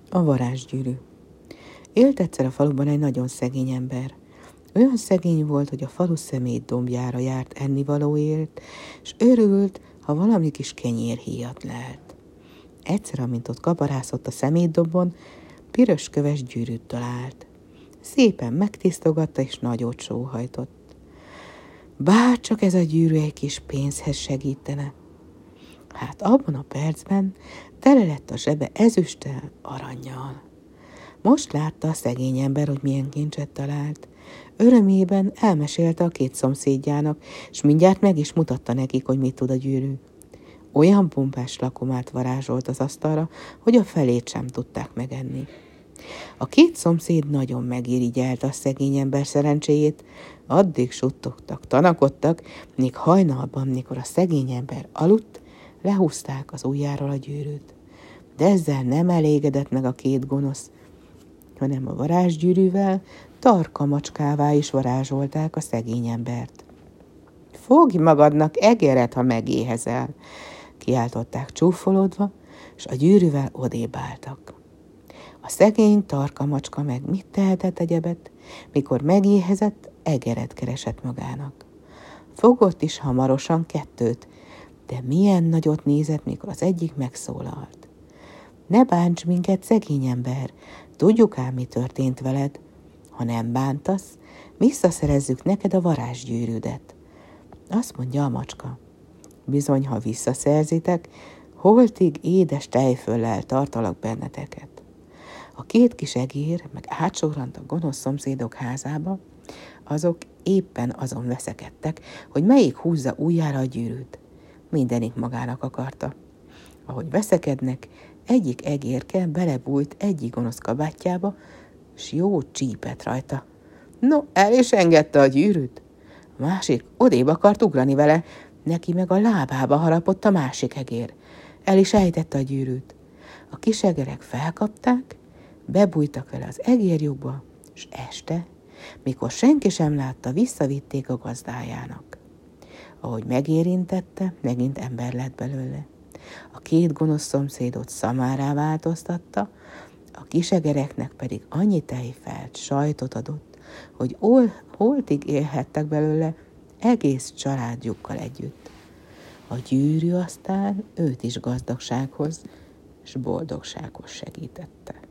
A varázsgyűrű. Élt egyszer a faluban egy nagyon szegény ember. Olyan szegény volt, hogy a falu szemétdombjára járt ennivalóért, és örült, ha valami kis kenyérhíjat lehet. Egyszer, amint ott kaparászott a szemétdombon, piros-köves gyűrűt talált. Szépen megtisztogatta, és nagyot sóhajtott. Bárcsak ez a gyűrű egy kis pénzhez segítene. Hát abban a percben tele lett a zsebe ezüsttel, arannyal. Most látta a szegény ember, hogy milyen kincset talált. Örömében elmesélte a két szomszédjának, és mindjárt meg is mutatta nekik, hogy mit tud a gyűrű. Olyan pompás lakomát varázsolt az asztalra, hogy a felét sem tudták megenni. A két szomszéd nagyon megirigyelte a szegény ember szerencséjét, addig suttogtak, tanakodtak, míg hajnalban, mikor a szegény ember aludt, lehúzták az ujjáról a gyűrűt. De ezzel nem elégedett meg a két gonosz, hanem a varázsgyűrűvel tarka macskává is varázsolták a szegény embert. Fogj magadnak egeret, ha megéhezel, kiáltották csúfolódva, és a gyűrűvel odébb álltak. A szegény tarka macska meg mit tehetett egyebet, mikor megéhezett, egeret keresett magának. Fogott is hamarosan kettőt, de milyen nagyot nézett, mikor az egyik megszólalt. Ne bánts minket, szegény ember, tudjuk ám, mi történt veled. Ha nem bántasz, visszaszerezzük neked a varázsgyűrűdet. Azt mondja a macska. Bizony, ha visszaszerzitek, holtig édes tejföllel tartalak benneteket. A két kis egér meg átsorant a gonosz szomszédok házába, azok éppen azon veszekedtek, hogy melyik húzza ujjára a gyűrűt. Mindenik magának akarta. Ahogy veszekednek, egyik egérke belebújt egyik gonosz kabátjába, s jó csípett rajta. No, el is engedte a gyűrűt. A másik odébb akart ugrani vele, neki meg a lábába harapott a másik egér. El is ejtette a gyűrűt. A kis egerek felkapták, bebújtak vele az egérlyukba, és este, mikor senki sem látta, visszavitték a gazdájának. Ahogy megérintette, megint ember lett belőle. A két gonosz szomszédot szamárá változtatta, a kisegereknek pedig annyi tejfelt, sajtot adott, hogy holtig élhettek belőle egész családjukkal együtt. A gyűrű aztán őt is gazdagsághoz és boldogsághoz segítette.